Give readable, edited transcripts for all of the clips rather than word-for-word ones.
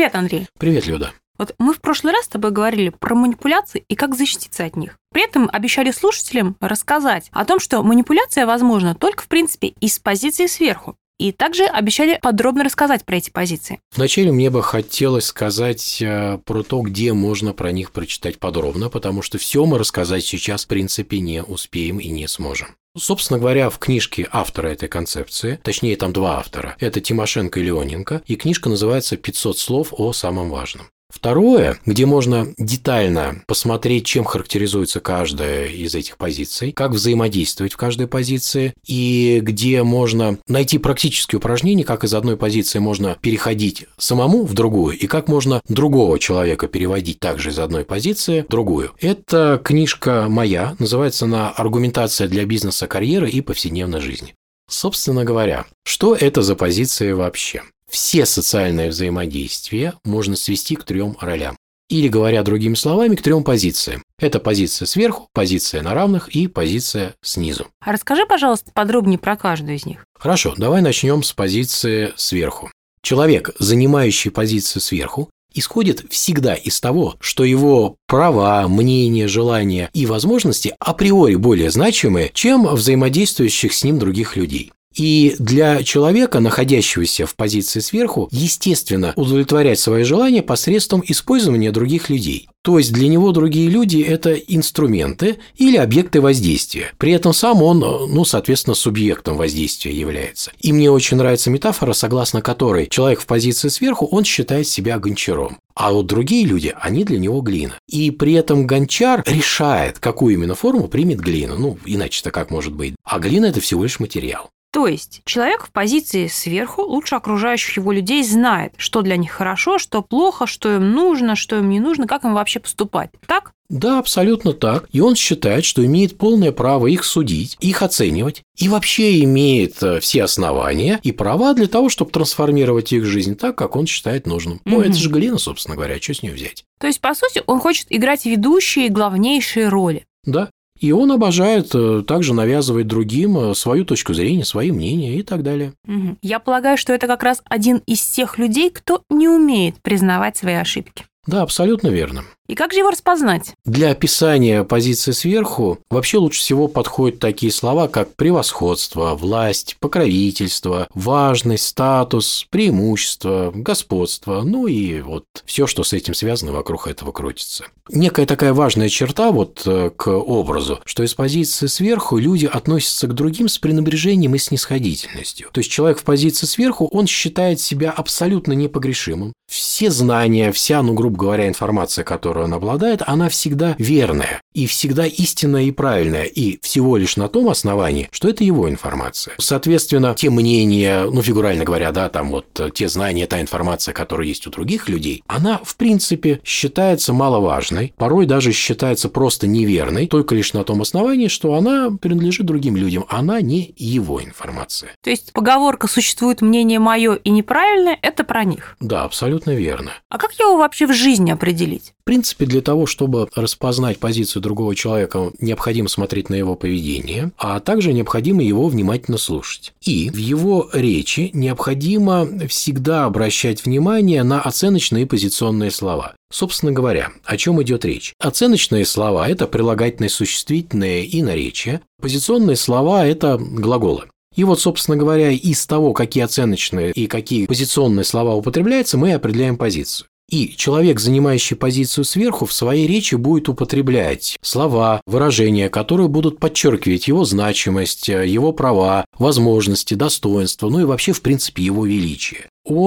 Привет, Андрей. Привет, Люда. Вот мы в прошлый раз с тобой говорили про манипуляции и как защититься от них. При этом обещали слушателям рассказать о том, что манипуляция возможна только, в принципе, из позиции сверху. И также обещали подробно рассказать про эти позиции. Вначале мне бы хотелось сказать про то, где можно про них прочитать подробно, потому что все мы рассказать сейчас, в принципе, не успеем и не сможем. Собственно говоря, в книжке автора этой концепции, точнее, там два автора, это Тимошенко и Леоненко, и книжка называется «500 слов о самом важном». Второе, где можно детально посмотреть, чем характеризуется каждая из этих позиций, как взаимодействовать в каждой позиции, и где можно найти практические упражнения, как из одной позиции можно переходить самому в другую, и как можно другого человека переводить также из одной позиции в другую. Эта книжка моя, называется она «Аргументация для бизнеса, карьеры и повседневной жизни». Собственно говоря, что это за позиции вообще? Все социальные взаимодействия можно свести к 3 ролям. Или, говоря другими словами, к 3 позициям. Это позиция сверху, позиция на равных и позиция снизу. А расскажи, пожалуйста, подробнее про каждую из них. Хорошо, давай начнем с позиции сверху. Человек, занимающий позицию сверху, исходит всегда из того, что его права, мнения, желания и возможности априори более значимы, чем взаимодействующих с ним других людей. И для человека, находящегося в позиции сверху, естественно удовлетворять свои желания посредством использования других людей. То есть для него другие люди – это инструменты или объекты воздействия. При этом сам он, соответственно, субъектом воздействия является. И мне очень нравится метафора, согласно которой человек в позиции сверху, он считает себя гончаром. А вот другие люди, они для него глина. И при этом гончар решает, какую именно форму примет глина. Иначе-то как может быть? А глина – это всего лишь материал. То есть человек в позиции сверху лучше окружающих его людей знает, что для них хорошо, что плохо, что им нужно, что им не нужно, как им вообще поступать. Так? Да, абсолютно так. И он считает, что имеет полное право их судить, их оценивать, и вообще имеет все основания и права для того, чтобы трансформировать их жизнь так, как он считает нужным. Это же глина, собственно говоря, что с нее взять? То есть, по сути, он хочет играть ведущие, главнейшие роли. Да. И он обожает также навязывать другим свою точку зрения, свои мнения и так далее. Я полагаю, что это как раз один из тех людей, кто не умеет признавать свои ошибки. Да, абсолютно верно. И как же его распознать? Для описания позиции сверху вообще лучше всего подходят такие слова, как превосходство, власть, покровительство, важность, статус, преимущество, господство, и все, что с этим связано, вокруг этого крутится. Некая такая важная черта к образу, что из позиции сверху люди относятся к другим с пренебрежением и снисходительностью. То есть человек в позиции сверху, он считает себя абсолютно непогрешимым. Все знания, вся, грубо говоря, информация, которую он обладает, она всегда верная и всегда истинная и правильная, и всего лишь на том основании, что это его информация. Соответственно, те мнения, фигурально говоря, те знания, та информация, которая есть у других людей, она, в принципе, считается маловажной, порой даже считается просто неверной, только лишь на том основании, что она принадлежит другим людям, она не его информация. То есть поговорка «существует мнение мое и неправильное» – это про них? Да, абсолютно верно. А как его вообще в жизни определить? В принципе, для того, чтобы распознать позицию другого человека, необходимо смотреть на его поведение, а также необходимо его внимательно слушать. И в его речи необходимо всегда обращать внимание на оценочные и позиционные слова. Собственно говоря, о чем идет речь? Оценочные слова – это прилагательные, существительные и наречия. Позиционные слова – это глаголы. И собственно говоря, из того, какие оценочные и какие позиционные слова употребляются, мы определяем позицию. И человек, занимающий позицию сверху, в своей речи будет употреблять слова, выражения, которые будут подчеркивать его значимость, его права, возможности, достоинства, и вообще, в принципе, его величие.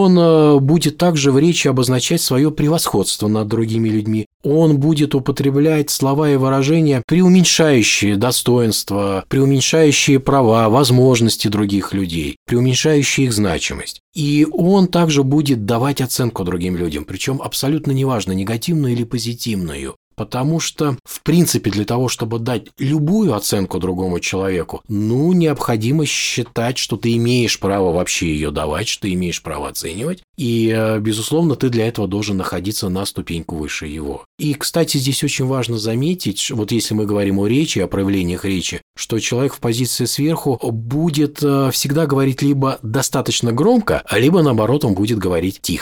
Он будет также в речи обозначать свое превосходство над другими людьми. Он будет употреблять слова и выражения, преуменьшающие достоинства, преуменьшающие права, возможности других людей, преуменьшающие их значимость. И он также будет давать оценку другим людям, причем абсолютно неважно, негативную или позитивную. Потому что, в принципе, для того, чтобы дать любую оценку другому человеку, необходимо считать, что ты имеешь право вообще ее давать, что ты имеешь право оценивать. И, безусловно, ты для этого должен находиться на ступеньку выше его. И, кстати, здесь очень важно заметить, если мы говорим о речи, о проявлениях речи, что человек в позиции сверху будет всегда говорить либо достаточно громко, либо, наоборот, он будет говорить тихо.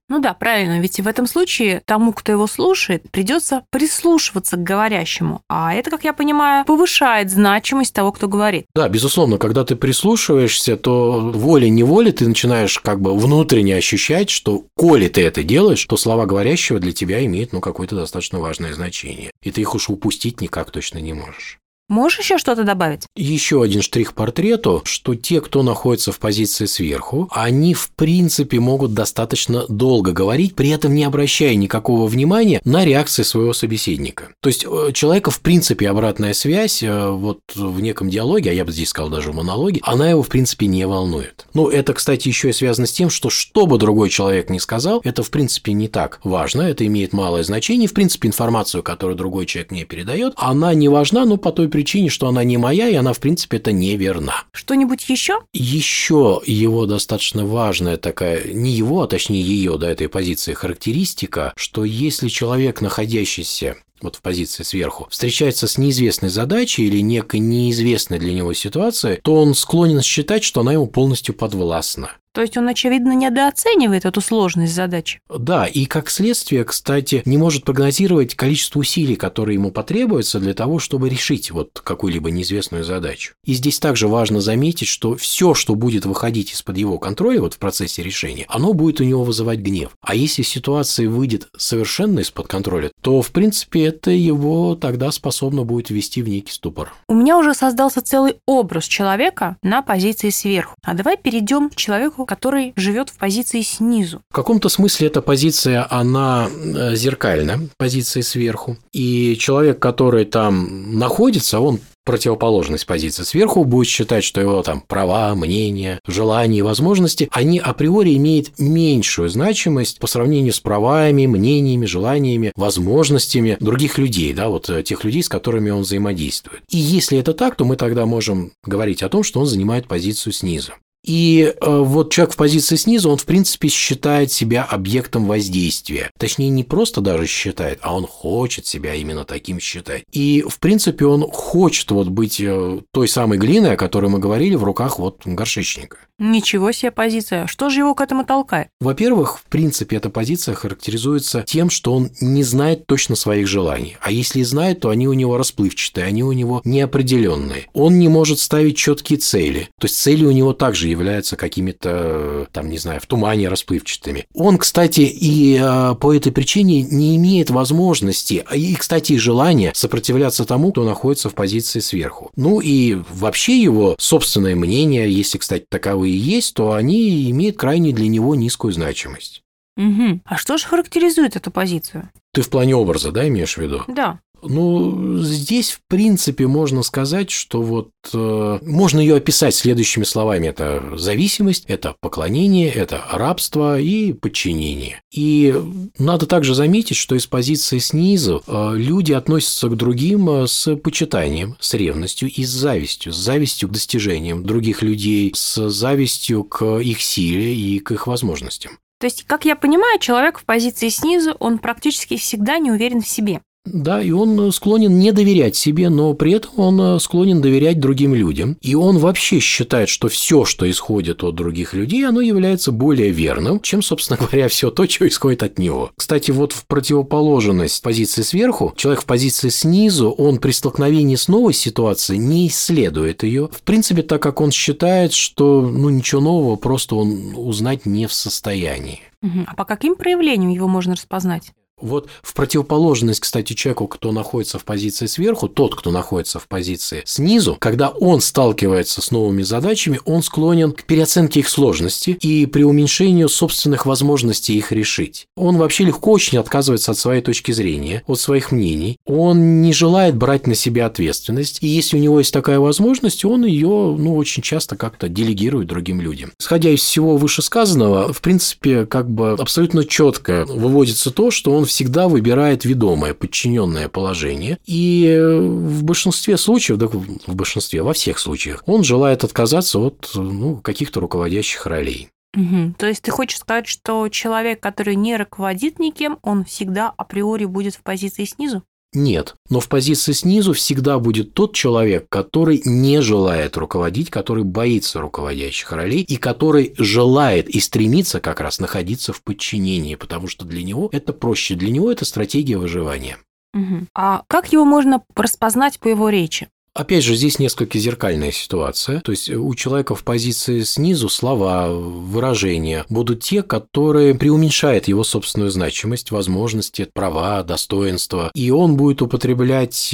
Ну да, правильно, ведь в этом случае тому, кто его слушает, придется прислушиваться к говорящему. А это, как я понимаю, повышает значимость того, кто говорит. Да, безусловно, когда ты прислушиваешься, то волей-неволей ты начинаешь как бы внутренне ощущать, что коли ты это делаешь, то слова говорящего для тебя имеют какое-то достаточно важное значение. И ты их уж упустить никак точно не можешь. Можешь еще что-то добавить? Еще один штрих портрету, что те, кто находится в позиции сверху, они в принципе могут достаточно долго говорить, при этом не обращая никакого внимания на реакции своего собеседника. То есть человека в принципе обратная связь вот в неком диалоге, а я бы здесь сказал даже в монологе, она его в принципе не волнует. Ну, это, кстати, еще и связано с тем, что бы другой человек ни сказал, это в принципе не так важно, это имеет малое значение. В принципе, информацию, которую другой человек мне передает, она не важна, но по той причине, что она не моя, и она, в принципе, это не верна. Что-нибудь еще? Еще его достаточно важная такая, не его, а точнее ее, до этой позиции характеристика, что если человек, находящийся вот в позиции сверху, встречается с неизвестной задачей или некой неизвестной для него ситуацией, то он склонен считать, что она ему полностью подвластна. То есть он, очевидно, недооценивает эту сложность задачи. Да, и как следствие, кстати, не может прогнозировать количество усилий, которые ему потребуются для того, чтобы решить вот какую-либо неизвестную задачу. И здесь также важно заметить, что все, что будет выходить из-под его контроля вот в процессе решения, оно будет у него вызывать гнев. А если ситуация выйдет совершенно из-под контроля, то, в принципе, это его тогда способно будет ввести в некий ступор. У меня уже создался целый образ человека на позиции сверху. А давай перейдем к человеку, который живет в позиции снизу. В каком-то смысле эта позиция, она зеркальна, позиции сверху. И человек, который там находится, он противоположность позиции сверху, будет считать, что его там права, мнения, желания и возможности, они априори имеют меньшую значимость по сравнению с правами, мнениями, желаниями, возможностями других людей, да, вот тех людей, с которыми он взаимодействует. И если это так, то мы тогда можем говорить о том, что он занимает позицию снизу. И вот человек в позиции снизу, он, в принципе, считает себя объектом воздействия. Точнее, не просто даже считает, а он хочет себя именно таким считать. И, в принципе, он хочет вот быть той самой глиной, о которой мы говорили, в руках вот горшечника. Ничего себе позиция. Что же его к этому толкает? Во-первых, в принципе, эта позиция характеризуется тем, что он не знает точно своих желаний. А если и знает, то они у него расплывчатые, они у него неопределенные. Он не может ставить четкие цели. То есть цели у него также являются какими-то, там, не знаю, в тумане расплывчатыми. Он, кстати, и по этой причине не имеет возможности, и, кстати, и желания сопротивляться тому, кто находится в позиции сверху. Ну и вообще его собственное мнение, если, кстати, таковые есть, то они имеют крайне для него низкую значимость. Угу. А что же характеризует эту позицию? Ты в плане образа, да, имеешь в виду? Да. Ну, здесь, в принципе, можно сказать, что вот можно ее описать следующими словами. Это зависимость, это поклонение, это рабство и подчинение. И надо также заметить, что из позиции снизу люди относятся к другим с почитанием, с ревностью и с завистью к достижениям других людей, с завистью к их силе и к их возможностям. То есть, как я понимаю, человек в позиции снизу, он практически всегда не уверен в себе. Да, и он склонен не доверять себе, но при этом он склонен доверять другим людям. И он вообще считает, что все, что исходит от других людей, оно является более верным, чем, собственно говоря, все то, что исходит от него. Кстати, вот в противоположность позиции сверху, человек в позиции снизу, он при столкновении с новой ситуацией не исследует ее. В принципе, так как он считает, что ничего нового просто он узнать не в состоянии. А по каким проявлениям его можно распознать? Вот в противоположность, кстати, человеку, кто находится в позиции сверху, тот, кто находится в позиции снизу, когда он сталкивается с новыми задачами, он склонен к переоценке их сложности и преуменьшению собственных возможностей их решить. Он вообще легко очень отказывается от своей точки зрения, от своих мнений. Он не желает брать на себя ответственность, и если у него есть такая возможность, он ее, очень часто как-то делегирует другим людям. Исходя из всего вышесказанного, в принципе, абсолютно четко выводится то, что он всегда выбирает ведомое, подчиненное положение. И в большинстве случаев, во всех случаях, он желает отказаться от каких-то руководящих ролей. Угу. То есть ты хочешь сказать, что человек, который не руководит никем, он всегда априори будет в позиции снизу? Нет. Но в позиции снизу всегда будет тот человек, который не желает руководить, который боится руководящих ролей и который желает и стремится как раз находиться в подчинении, потому что для него это проще, для него это стратегия выживания. Угу. А как его можно распознать по его речи? Опять же, здесь несколько зеркальная ситуация. То есть у человека в позиции снизу слова, выражения будут те, которые преуменьшают его собственную значимость, возможности, права, достоинства. И он будет употреблять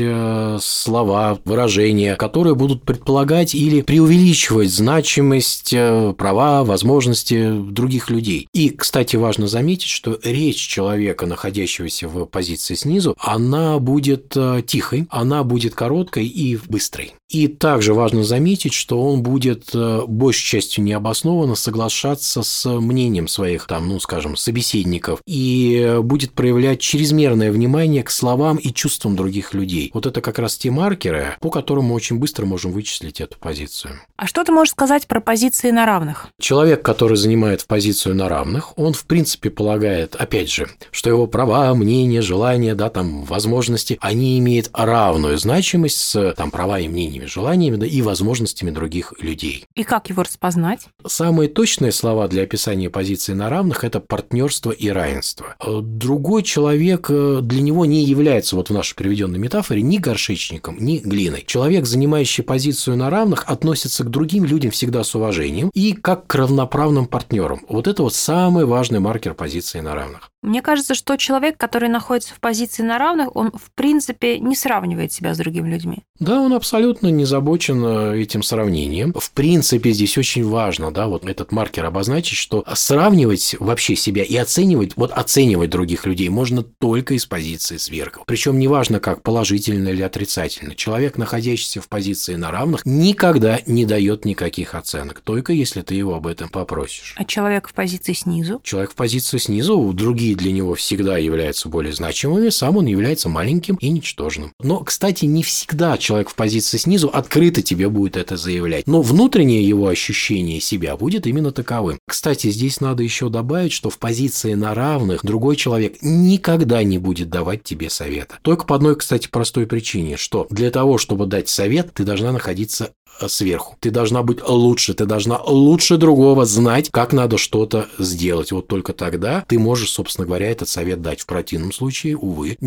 слова, выражения, которые будут предполагать или преувеличивать значимость, права, возможности других людей. И, кстати, важно заметить, что речь человека, находящегося в позиции снизу, она будет тихой, она будет короткой и быстрый. И также важно заметить, что он будет большей частью необоснованно соглашаться с мнением своих, собеседников и будет проявлять чрезмерное внимание к словам и чувствам других людей. Вот это как раз те маркеры, по которым мы очень быстро можем вычислить эту позицию. А что ты можешь сказать про позиции на равных? Человек, который занимает позицию на равных, он в принципе полагает, опять же, что его права, мнения, желания, возможности, они имеют равную значимость с права и мнениями, желаниями, и возможностями других людей. И как его распознать? Самые точные слова для описания позиции на равных – это партнерство и равенство. Другой человек для него не является, в нашей приведенной метафоре, ни горшечником, ни глиной. Человек, занимающий позицию на равных, относится к другим людям всегда с уважением и как к равноправным партнерам. Вот это самый важный маркер позиции на равных. Мне кажется, что человек, который находится в позиции на равных, он, в принципе, не сравнивает себя с другими людьми. Да, он абсолютно не озабочен этим сравнением. В принципе, здесь очень важно, этот маркер обозначить, что сравнивать вообще себя и оценивать других людей можно только из позиции сверху. Причем неважно, как положительно или отрицательно. Человек, находящийся в позиции на равных, никогда не дает никаких оценок, только если ты его об этом попросишь. А человек в позиции снизу? Человек в позиции снизу, другие для него всегда являются более значимыми, сам он является маленьким и ничтожным. Но, кстати, не всегда человек в позиции снизу открыто тебе будет это заявлять. Но внутреннее его ощущение себя будет именно таковым. Кстати, здесь надо еще добавить, что в позиции на равных другой человек никогда не будет давать тебе совета. Только по одной, кстати, простой причине, что для того, чтобы дать совет, ты должна находиться сверху. Ты должна быть лучше, ты должна лучше другого знать, как надо что-то сделать. Вот только тогда ты можешь, собственно говоря, этот совет дать. В противном случае,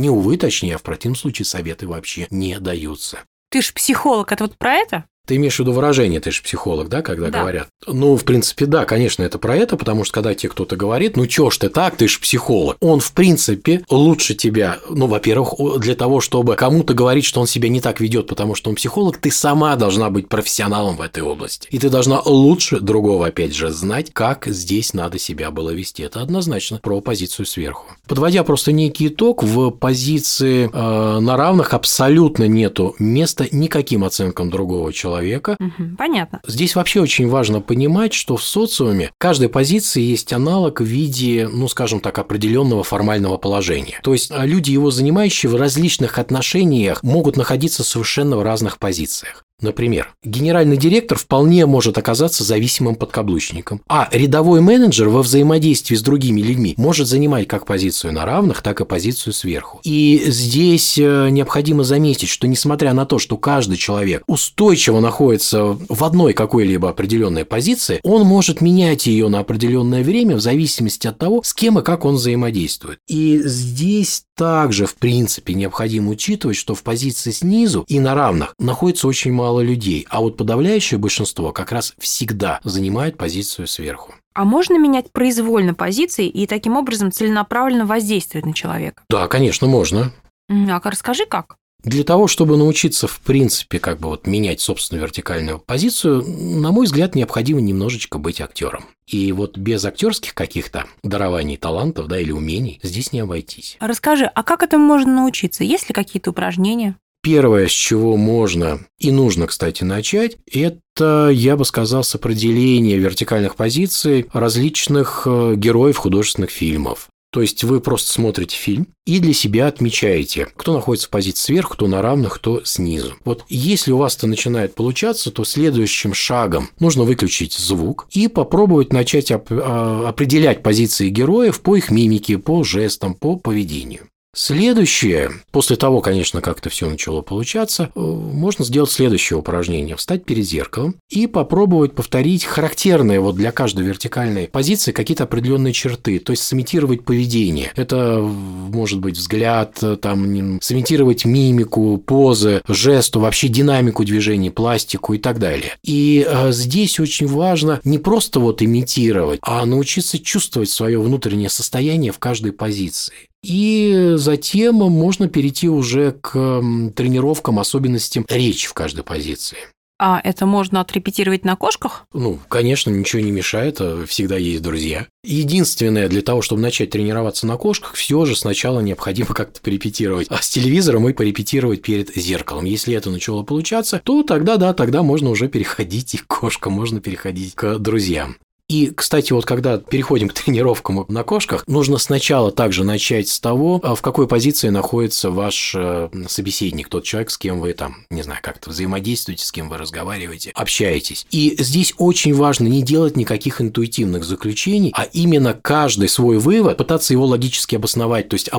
в противном случае советы вообще не даются. Ты ж психолог, это про это? Ты имеешь в виду выражение, ты же психолог, когда говорят? В принципе, да, конечно, это про это, потому что когда тебе кто-то говорит, чё ж ты так, ты же психолог, он, в принципе, лучше тебя, во-первых, для того, чтобы кому-то говорить, что он себя не так ведет, потому что он психолог, ты сама должна быть профессионалом в этой области. И ты должна лучше другого, опять же, знать, как здесь надо себя было вести. Это однозначно про позицию сверху. Подводя просто некий итог, в позиции на равных абсолютно нету места никаким оценкам другого человека. Понятно. Здесь вообще очень важно понимать, что в социуме каждой позиции есть аналог в виде, определенного формального положения. То есть люди, его занимающие в различных отношениях, могут находиться совершенно в разных позициях. Например, генеральный директор вполне может оказаться зависимым подкаблучником, а рядовой менеджер во взаимодействии с другими людьми может занимать как позицию на равных, так и позицию сверху. И здесь необходимо заметить, что несмотря на то, что каждый человек устойчиво находится в одной какой-либо определенной позиции, он может менять ее на определенное время в зависимости от того, с кем и как он взаимодействует. И здесь также, в принципе, необходимо учитывать, что в позиции снизу и на равных находится очень мало людей, а вот подавляющее большинство как раз всегда занимает позицию сверху. А можно менять произвольно позиции и таким образом целенаправленно воздействовать на человека? Да, конечно, можно. Расскажи, как? Для того, чтобы научиться, в принципе, менять собственную вертикальную позицию, на мой взгляд, необходимо немножечко быть актером. И без актерских каких-то дарований, талантов, или умений здесь не обойтись. Расскажи, а как этому можно научиться? Есть ли какие-то упражнения? Первое, с чего можно и нужно, кстати, начать, это, я бы сказал, с определения вертикальных позиций различных героев художественных фильмов. То есть вы просто смотрите фильм и для себя отмечаете, кто находится в позиции сверху, кто на равных, кто снизу. Если у вас это начинает получаться, то следующим шагом нужно выключить звук и попробовать начать определять позиции героев по их мимике, по жестам, по поведению. Следующее, после того, конечно, как это все начало получаться, можно сделать следующее упражнение. Встать перед зеркалом и попробовать повторить характерные вот для каждой вертикальной позиции какие-то определенные черты, то есть сымитировать поведение. Это может быть взгляд, там, сымитировать мимику, позы, жесту, вообще динамику движений, пластику и так далее. И здесь очень важно не просто вот имитировать, а научиться чувствовать свое внутреннее состояние в каждой позиции. И затем можно перейти уже к тренировкам, особенностям речи в каждой позиции. А это можно отрепетировать на кошках? Конечно, ничего не мешает, всегда есть друзья. Единственное, для того, чтобы начать тренироваться на кошках, все же сначала необходимо как-то порепетировать. А с телевизором и порепетировать перед зеркалом. Если это начало получаться, то тогда можно уже переходить и к кошкам, можно переходить к друзьям. И, кстати, вот когда переходим к тренировкам на кошках, нужно сначала также начать с того, в какой позиции находится ваш собеседник, тот человек, с кем вы как-то взаимодействуете, с кем вы разговариваете, общаетесь. И здесь очень важно не делать никаких интуитивных заключений, а именно каждый свой вывод пытаться его логически обосновать, то есть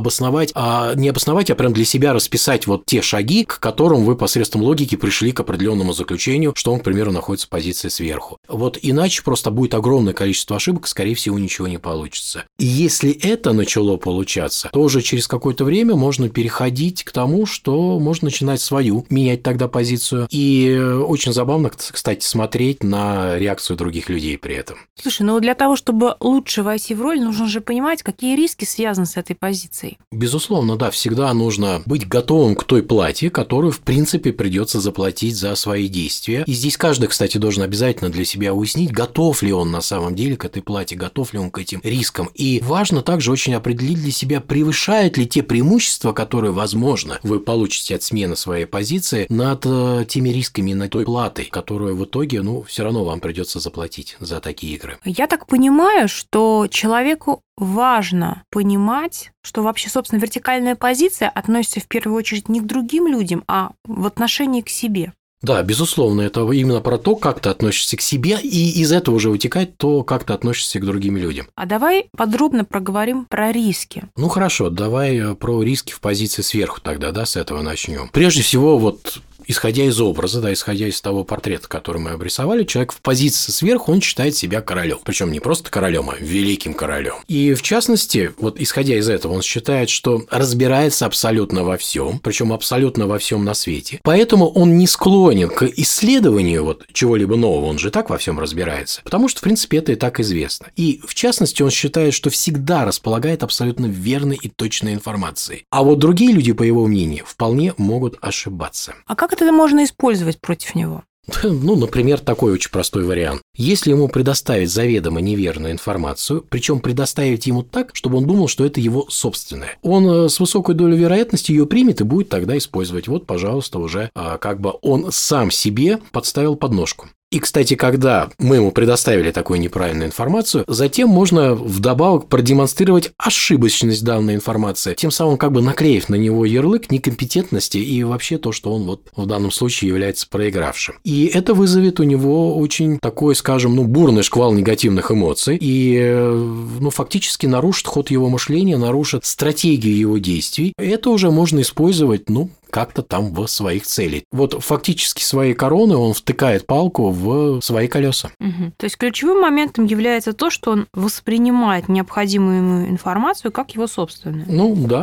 не обосновать, а прям для себя расписать вот те шаги, к которым вы посредством логики пришли к определенному заключению, что он, к примеру, находится в позиции сверху. Вот иначе просто будет огромное количество ошибок, скорее всего, ничего не получится. И если это начало получаться, то уже через какое-то время можно переходить к тому, что можно начинать свою, менять тогда позицию. И очень забавно, кстати, смотреть на реакцию других людей при этом. Слушай, для того, чтобы лучше войти в роль, нужно же понимать, какие риски связаны с этой позицией. Безусловно, да, всегда нужно быть готовым к той плате, которую, в принципе, придется заплатить за свои действия. И здесь каждый, кстати, должен обязательно для себя уяснить, готов ли он на самом деле к этой плате, готов ли он к этим рискам. И важно также очень определить для себя, превышают ли те преимущества, которые, возможно, вы получите от смены своей позиции над теми рисками, над той платой, которую в итоге, все равно вам придется заплатить за такие игры. Я так понимаю, что человеку важно понимать, что вообще, собственно, вертикальная позиция относится в первую очередь не к другим людям, а в отношении к себе. Да, безусловно, это именно про то, как ты относишься к себе, и из этого уже вытекает то, как ты относишься к другим людям. А давай подробно проговорим про риски. Хорошо, давай про риски в позиции сверху тогда, с этого начнем. Прежде всего, исходя из образа, исходя из того портрета, который мы обрисовали, человек в позиции сверху, он считает себя королем. Причем не просто королем, а великим королем. И в частности, исходя из этого, он считает, что разбирается абсолютно во всем, причем абсолютно во всем на свете. Поэтому он не склонен к исследованию чего-либо нового, он же так во всем разбирается. Потому что, в принципе, это и так известно. И в частности, он считает, что всегда располагает абсолютно верной и точной информацией. А другие люди, по его мнению, вполне могут ошибаться. А как это можно использовать против него? Например, такой очень простой вариант. Если ему предоставить заведомо неверную информацию, причем предоставить ему так, чтобы он думал, что это его собственное, он с высокой долей вероятности ее примет и будет тогда использовать. Пожалуйста, уже он сам себе подставил подножку. И, кстати, когда мы ему предоставили такую неправильную информацию, затем можно вдобавок продемонстрировать ошибочность данной информации, тем самым наклеив на него ярлык некомпетентности и вообще то, что он в данном случае является проигравшим. И это вызовет у него очень такой, скажем, бурный шквал негативных эмоций и, фактически нарушит ход его мышления, нарушит стратегию его действий. И это уже можно использовать, как-то там в своих целях. Фактически своей короной он втыкает палку в свои колеса. Угу. То есть ключевым моментом является то, что он воспринимает необходимую ему информацию как его собственную. Да.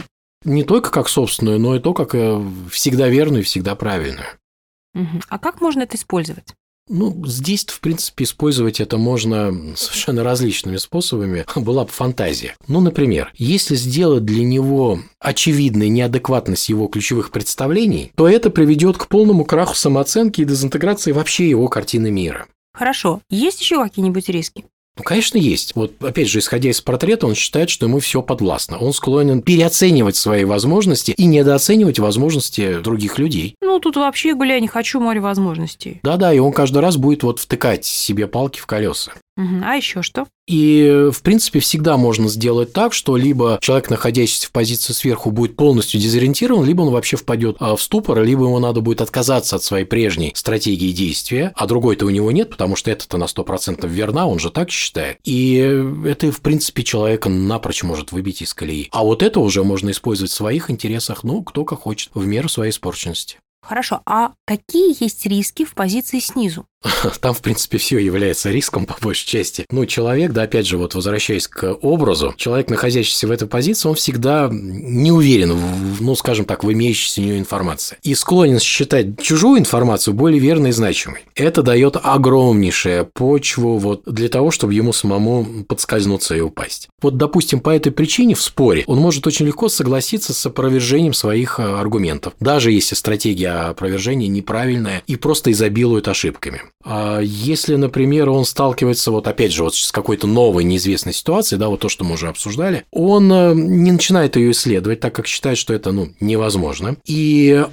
Не только как собственную, но и то, как всегда верную и всегда правильную. Угу. А как можно это использовать? Здесь, в принципе, использовать это можно совершенно различными способами. Была бы фантазия. Например, если сделать для него очевидной неадекватность его ключевых представлений, то это приведет к полному краху самооценки и дезинтеграции вообще его картины мира. Хорошо. Есть еще какие-нибудь риски? Конечно, есть. Опять же, исходя из портрета, он считает, что ему все подвластно. Он склонен переоценивать свои возможности и недооценивать возможности других людей. Тут вообще, гуляй, не хочу, море возможностей. Да, и он каждый раз будет втыкать себе палки в колеса. А еще что? И, в принципе, всегда можно сделать так, что либо человек, находящийся в позиции сверху, будет полностью дезориентирован, либо он вообще впадет в ступор, либо ему надо будет отказаться от своей прежней стратегии действия, а другой-то у него нет, потому что это-то на 100% верна, он же так считает. И это, в принципе, человека напрочь может выбить из колеи. А вот это уже можно использовать в своих интересах, кто как хочет, в меру своей испорченности. Хорошо, а какие есть риски в позиции снизу? Там, в принципе, все является риском по большей части. Человек, да, опять же, вот возвращаясь к образу, человек, находящийся в этой позиции, он всегда не уверен, скажем так, в имеющейся у него информации. И склонен считать чужую информацию более верной и значимой. Это дает огромнейшую почву для того, чтобы ему самому подскользнуться и упасть. Допустим, по этой причине в споре он может очень легко согласиться с опровержением своих аргументов, даже если стратегия опровержения неправильная и просто изобилует ошибками. А если, например, он сталкивается, опять же, с какой-то новой неизвестной ситуацией, да, то, что мы уже обсуждали, он не начинает ее исследовать, так как считает, что это, невозможно. И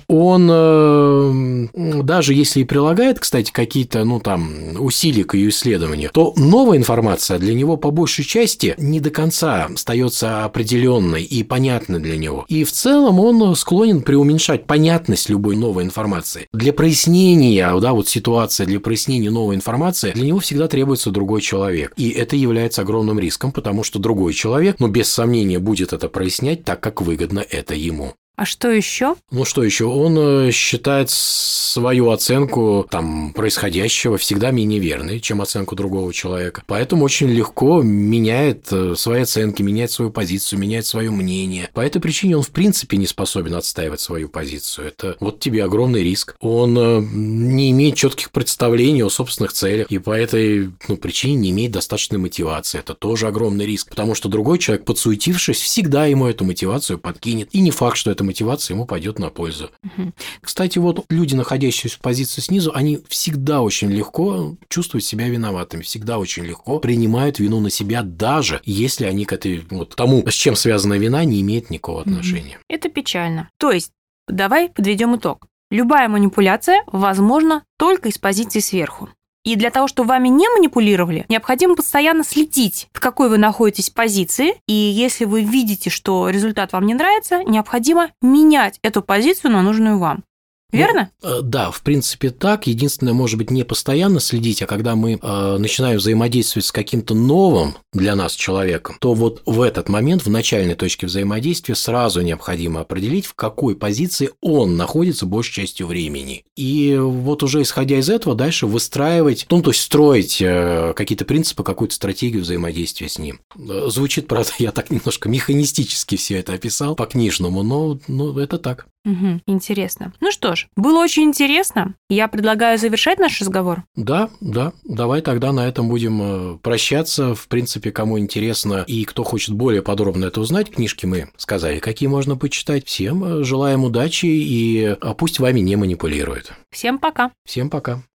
он, даже если и прилагает, кстати, какие-то, усилия к ее исследованию, то новая информация для него по большей части не до конца остается определенной и понятной для него. И в целом он склонен преуменьшать понятность любой новой информации. Для прояснения, ситуации, для прояснения новой информации, для него всегда требуется другой человек. И это является огромным риском, потому что другой человек, без сомнения, будет это прояснять так, как выгодно это ему. А что еще? Что еще? Он считает свою оценку происходящего всегда менее верной, чем оценку другого человека. Поэтому очень легко меняет свои оценки, меняет свою позицию, меняет свое мнение. По этой причине он в принципе не способен отстаивать свою позицию. Это тебе огромный риск. Он не имеет четких представлений о собственных целях, и по этой причине не имеет достаточной мотивации. Это тоже огромный риск, потому что другой человек, подсуетившись, всегда ему эту мотивацию подкинет. И не факт, что эта мотивация ему пойдет на пользу. Кстати, люди, находящиеся в позиции снизу, они всегда очень легко чувствуют себя виноватыми, всегда очень легко принимают вину на себя, даже если они к тому, с чем связана вина, не имеют никакого отношения. Это печально. То есть, давай подведем итог. Любая манипуляция возможна только из позиции сверху. И для того, чтобы вами не манипулировали, необходимо постоянно следить, в какой вы находитесь позиции. И если вы видите, что результат вам не нравится, необходимо менять эту позицию на нужную вам. Верно? Да, в принципе так. Единственное, может быть, не постоянно следить, а когда мы начинаем взаимодействовать с каким-то новым для нас человеком, то в этот момент, в начальной точке взаимодействия, сразу необходимо определить, в какой позиции он находится большей частью времени. И уже исходя из этого, дальше выстраивать, то есть строить какие-то принципы, какую-то стратегию взаимодействия с ним. Звучит, правда, я так немножко механистически все это описал, по-книжному, но это так. Интересно. Что ж, было очень интересно. Я предлагаю завершать наш разговор. Да. Давай тогда на этом будем прощаться. В принципе, кому интересно и кто хочет более подробно это узнать, книжки мы сказали, какие можно почитать. Всем желаем удачи и пусть вами не манипулируют. Всем пока. Всем пока.